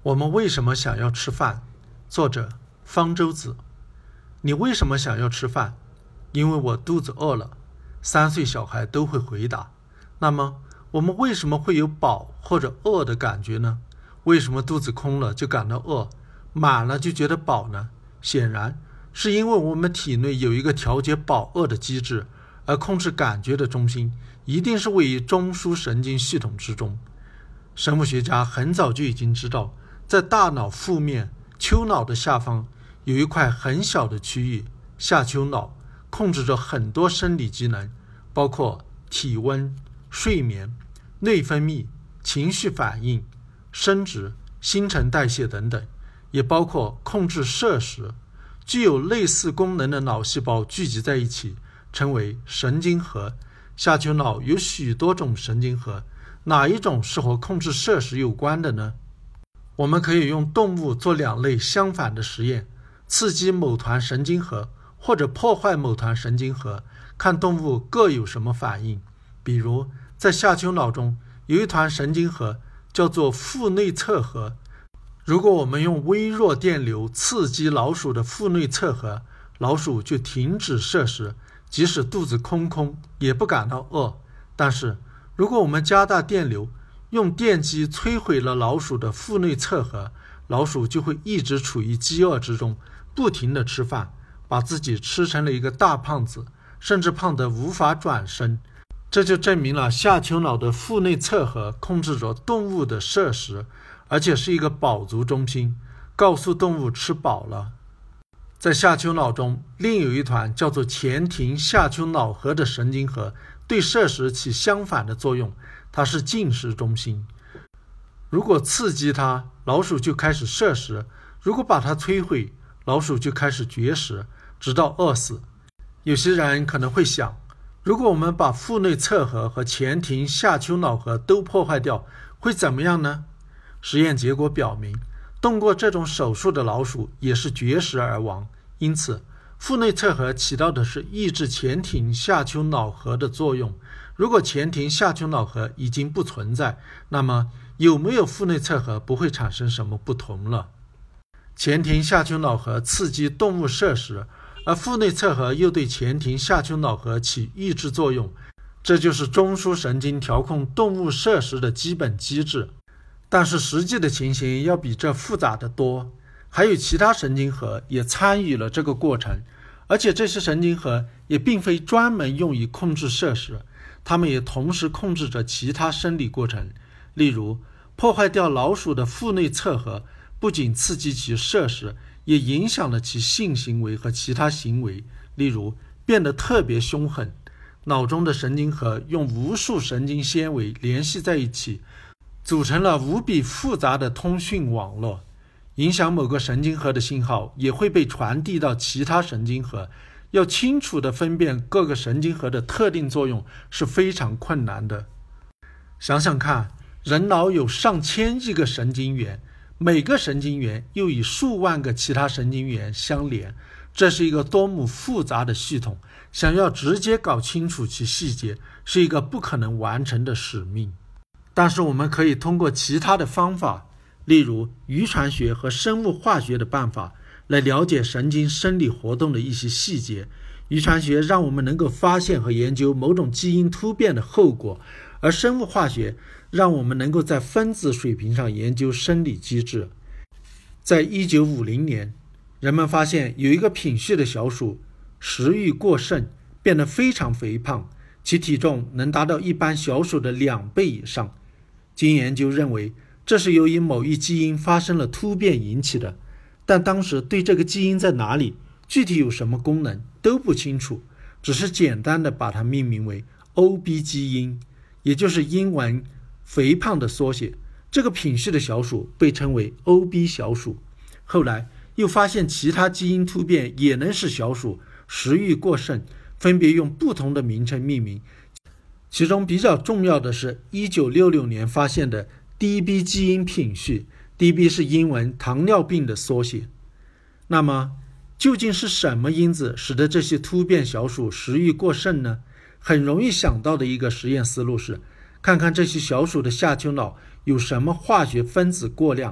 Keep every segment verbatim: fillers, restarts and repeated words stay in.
我们为什么想要吃饭？作者方舟子。你为什么想要吃饭？因为我肚子饿了。三岁小孩都会回答。那么我们为什么会有饱或者饿的感觉呢？为什么肚子空了就感到饿，满了就觉得饱呢？显然是因为我们体内有一个调节饱饿的机制，而控制感觉的中心一定是位于中枢神经系统之中。生物学家很早就已经知道，在大脑腹面丘脑的下方有一块很小的区域，下丘脑，控制着很多生理机能，包括体温、睡眠、内分泌、情绪反应、生殖、新陈代谢等等，也包括控制摄食。具有类似功能的脑细胞聚集在一起，称为神经核。下丘脑有许多种神经核，哪一种是和控制摄食有关的呢？我们可以用动物做两类相反的实验，刺激某团神经核或者破坏某团神经核，看动物各有什么反应。比如在下丘脑中有一团神经核叫做腹内侧核，如果我们用微弱电流刺激老鼠的腹内侧核，老鼠就停止摄食，即使肚子空空也不感到饿。但是如果我们加大电流，用电击摧毁了老鼠的腹内侧核，老鼠就会一直处于饥饿之中，不停地吃饭，把自己吃成了一个大胖子，甚至胖得无法转身。这就证明了下丘脑的腹内侧核控制着动物的摄食，而且是一个饱足中心，告诉动物吃饱了。在下丘脑中，另有一团叫做前庭下丘脑核的神经核，对摄食起相反的作用，它是进食中心。如果刺激它，老鼠就开始摄食；如果把它摧毁，老鼠就开始绝食，直到饿死。有些人可能会想，如果我们把腹内侧核和前庭下丘脑核都破坏掉，会怎么样呢？实验结果表明，动过这种手术的老鼠也是绝食而亡。因此腹内侧核起到的是抑制前庭下丘脑核的作用。如果前庭下丘脑核已经不存在，那么有没有腹内侧核不会产生什么不同了。前庭下丘脑核刺激动物摄食，而腹内侧核又对前庭下丘脑核起抑制作用，这就是中枢神经调控动物摄食的基本机制。但是实际的情形要比这复杂得多，还有其他神经核也参与了这个过程，而且这些神经核也并非专门用于控制摄食，它们也同时控制着其他生理过程。例如，破坏掉老鼠的腹内侧核，不仅刺激其摄食，也影响了其性行为和其他行为，例如变得特别凶狠。脑中的神经核用无数神经纤维联系在一起，组成了无比复杂的通讯网络。影响某个神经核的信号也会被传递到其他神经核，要清楚地分辨各个神经核的特定作用是非常困难的。想想看，人脑有上千亿个神经元，每个神经元又与数万个其他神经元相连，这是一个多么复杂的系统，想要直接搞清楚其细节，是一个不可能完成的使命。但是我们可以通过其他的方法，例如遗传学和生物化学的办法，来了解神经生理活动的一些细节。遗传学让我们能够发现和研究某种基因突变的后果，而生物化学让我们能够在分子水平上研究生理机制。在一九五零年，人们发现有一个品系的小鼠食欲过剩，变得非常肥胖，其体重能达到一般小鼠的两倍以上。经研究认为，这是由于某一基因发生了突变引起的，但当时对这个基因在哪里，具体有什么功能都不清楚，只是简单的把它命名为 O B 基因，也就是英文肥胖的缩写。这个品系的小鼠被称为 O B 小鼠。后来又发现其他基因突变也能使小鼠食欲过剩，分别用不同的名称命名。其中比较重要的是一九六六年发现的 D B 基因品序， D B 是英文糖尿病的缩写。那么究竟是什么因子使得这些突变小鼠食欲过剩呢？很容易想到的一个实验思路是，看看这些小鼠的下丘脑有什么化学分子过量，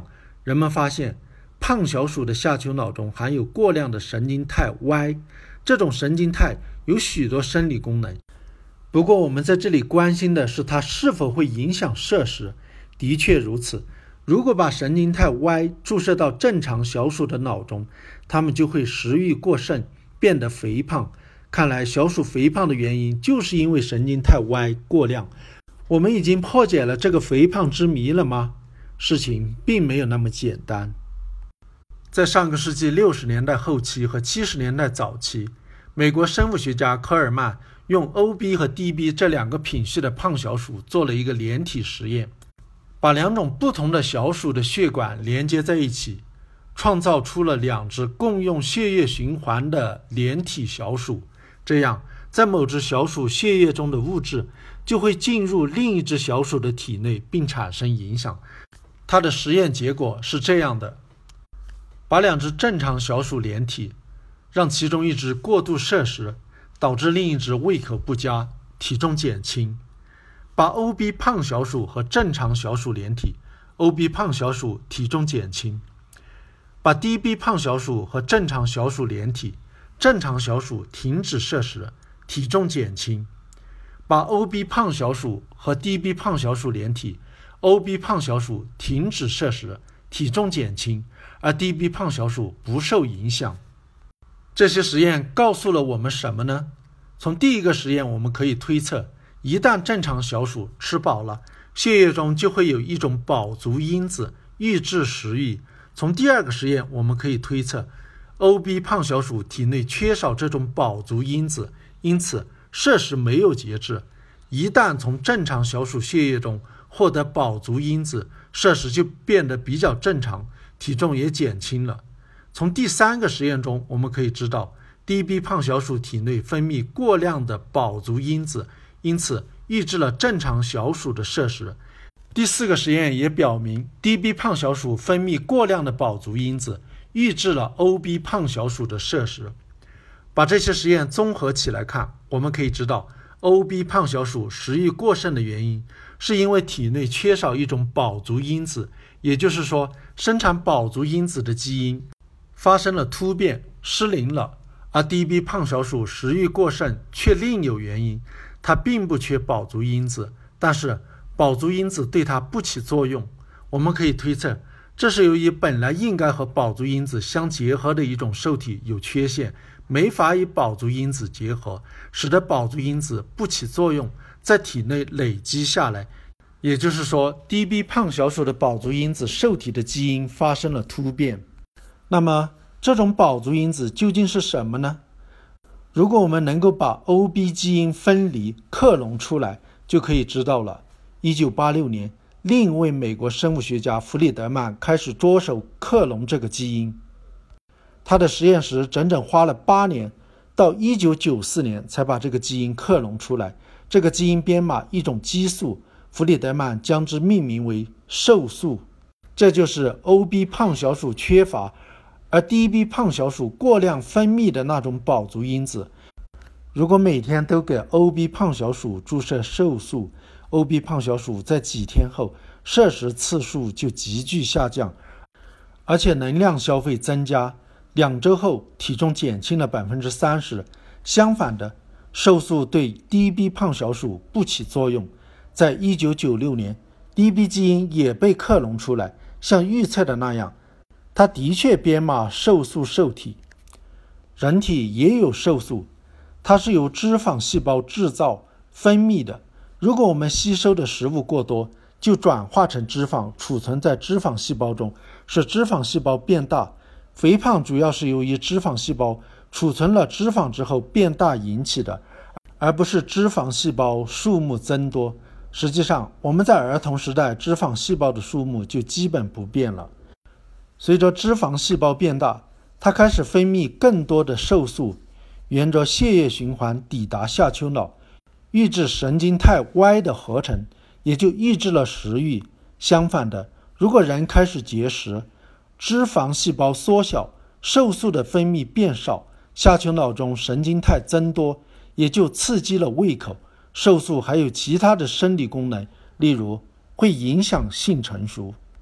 人们发现胖小鼠的下丘脑中含有过量的神经肽 Y， 这种神经肽有许多生理功能。不过我们在这里关心的是它是否会影响摄食。的确如此，如果把神经肽 Y 注射到正常小鼠的脑中，它们就会食欲过剩，变得肥胖。看来小鼠肥胖的原因就是因为神经肽 Y 过量。我们已经破解了这个肥胖之谜了吗？事情并没有那么简单。在上个世纪六十年代后期和七十年代早期，美国生物学家科尔曼用 O B 和 D B 这两个品系的胖小鼠做了一个连体实验，把两种不同的小鼠的血管连接在一起，创造出了两只共用血液循环的连体小鼠。这样，在某只小鼠血液中的物质就会进入另一只小鼠的体内并产生影响。它的实验结果是这样的：把两只正常小鼠连体，让其中一只过度摄食，导致另一只胃口不佳，体重减轻。把 O B 胖小鼠和正常小鼠连体， O B 胖小鼠体重减轻。把 D B 胖小鼠和正常小鼠连体，正常小鼠停止摄食，体重减轻。把 O B 胖小鼠和 D B 胖小鼠连体， O B 胖小鼠停止摄食，体重减轻，而 D B 胖小鼠不受影响。这些实验告诉了我们什么呢？从第一个实验我们可以推测，一旦正常小鼠吃饱了，血液中就会有一种饱足因子抑制食欲。从第二个实验我们可以推测， O B 胖小鼠体内缺少这种饱足因子，因此摄食没有节制。一旦从正常小鼠血液中获得饱足因子，摄食就变得比较正常，体重也减轻了。从第三个实验中我们可以知道， D B 胖小鼠体内分泌过量的饱足因子，因此抑制了正常小鼠的摄食。第四个实验也表明， D B 胖小鼠分泌过量的饱足因子，抑制了 O B 胖小鼠的摄食。把这些实验综合起来看，我们可以知道 O B 胖小鼠食欲过剩的原因是因为体内缺少一种饱足因子，也就是说生产饱足因子的基因发生了突变，失灵了。而 D B 胖小鼠食欲过剩却另有原因，它并不缺饱足因子，但是饱足因子对它不起作用。我们可以推测，这是由于本来应该和饱足因子相结合的一种受体有缺陷，没法与饱足因子结合，使得饱足因子不起作用，在体内累积下来。也就是说， D B 胖小鼠的饱足因子受体的基因发生了突变。那么这种饱足因子究竟是什么呢？如果我们能够把 O B 基因分离克隆出来，就可以知道了。一九八六年，另一位美国生物学家弗里德曼开始着手克隆这个基因。他的实验室整整花了八年，到一九九四年才把这个基因克隆出来。这个基因编码一种激素，弗里德曼将之命名为瘦素。这就是 O B 胖小鼠缺乏，而 D B 胖小鼠过量分泌的那种饱足因子。如果每天都给 O B 胖小鼠注射瘦素， O B 胖小鼠在几天后摄食次数就急剧下降，而且能量消费增加，两周后体重减轻了 百分之三十。 相反的，瘦素对 D B 胖小鼠不起作用。在一九九六年， D B 基因也被克隆出来，像预测的那样，它的确编码瘦素受体。人体也有瘦素，它是由脂肪细胞制造分泌的。如果我们吸收的食物过多，就转化成脂肪，储存在脂肪细胞中，使脂肪细胞变大。肥胖主要是由于脂肪细胞储存了脂肪之后变大引起的，而不是脂肪细胞数目增多。实际上，我们在儿童时代脂肪细胞的数目就基本不变了。随着脂肪细胞变大，它开始分泌更多的瘦素，沿着血液循环抵达下丘脑，抑制神经肽 Y 的合成，也就抑制了食欲。相反的，如果人开始节食，脂肪细胞缩小，瘦素的分泌变少，下丘脑中神经肽增多，也就刺激了胃口。瘦素还有其他的生理功能，例如会影响性成熟。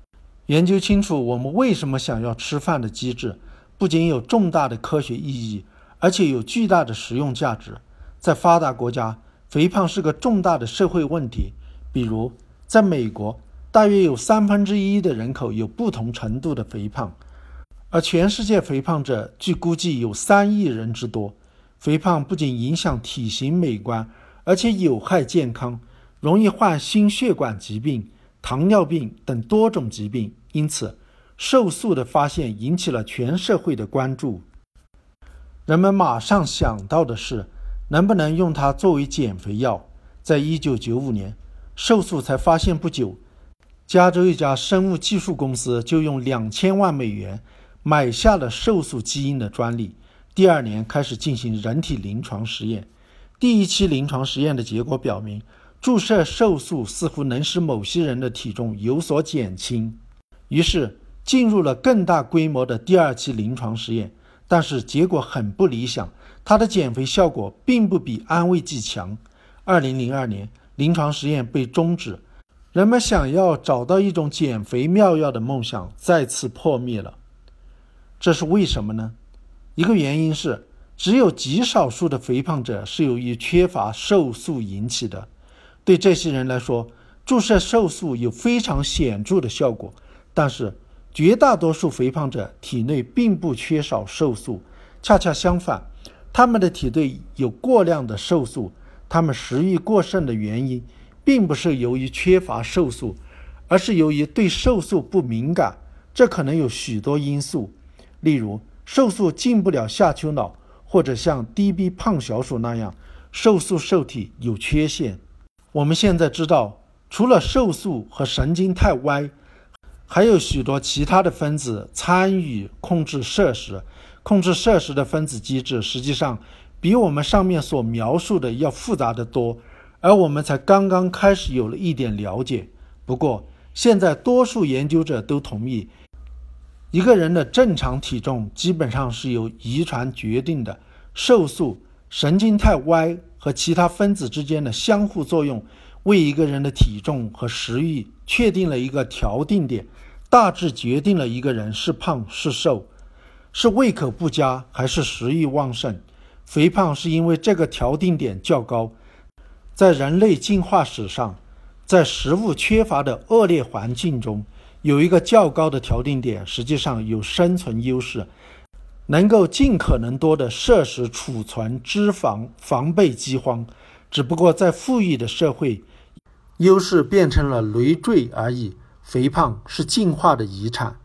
研究清楚我们为什么想要吃饭的机制，不仅有重大的科学意义，而且有巨大的实用价值。在发达国家，肥胖是个重大的社会问题。比如，在美国，大约有三分之一的人口有不同程度的肥胖，而全世界肥胖者据估计有三亿人之多。肥胖不仅影响体型美观，而且有害健康，容易患心血管疾病、糖尿病等多种疾病。因此，瘦素的发现引起了全社会的关注。人们马上想到的是，能不能用它作为减肥药。在一九九五年，瘦素才发现不久，加州一家生物技术公司就用两千万美元买下了瘦素基因的专利。第二年开始进行人体临床实验。第一期临床实验的结果表明，注射瘦素似乎能使某些人的体重有所减轻。于是进入了更大规模的第二期临床实验，但是结果很不理想，它的减肥效果并不比安慰剂强。二零零二年，临床实验被终止，人们想要找到一种减肥妙药的梦想再次破灭了。这是为什么呢？一个原因是，只有极少数的肥胖者是由于缺乏瘦素引起的。对这些人来说，注射瘦素有非常显著的效果，但是绝大多数肥胖者体内并不缺少瘦素，恰恰相反，他们的体内有过量的瘦素。他们食欲过剩的原因并不是由于缺乏瘦素，而是由于对瘦素不敏感。这可能有许多因素，例如瘦素进不了下丘脑，或者像低 B 胖小鼠那样，瘦素受体有缺陷。我们现在知道，除了瘦素和神经肽 Y， 还有许多其他的分子参与控制摄食。控制摄食的分子机制实际上比我们上面所描述的要复杂得多，而我们才刚刚开始有了一点了解。不过，现在多数研究者都同意，一个人的正常体重基本上是由遗传决定的。瘦素、神经肽 Y 和其他分子之间的相互作用，为一个人的体重和食欲确定了一个调定点，大致决定了一个人是胖是瘦，是胃口不佳还是食欲旺盛。肥胖是因为这个调定点较高。在人类进化史上，在食物缺乏的恶劣环境中，有一个较高的调定点实际上有生存优势，能够尽可能多的摄食储存脂肪，防备饥荒。只不过在富裕的社会，优势变成了累赘而已。肥胖是进化的遗产。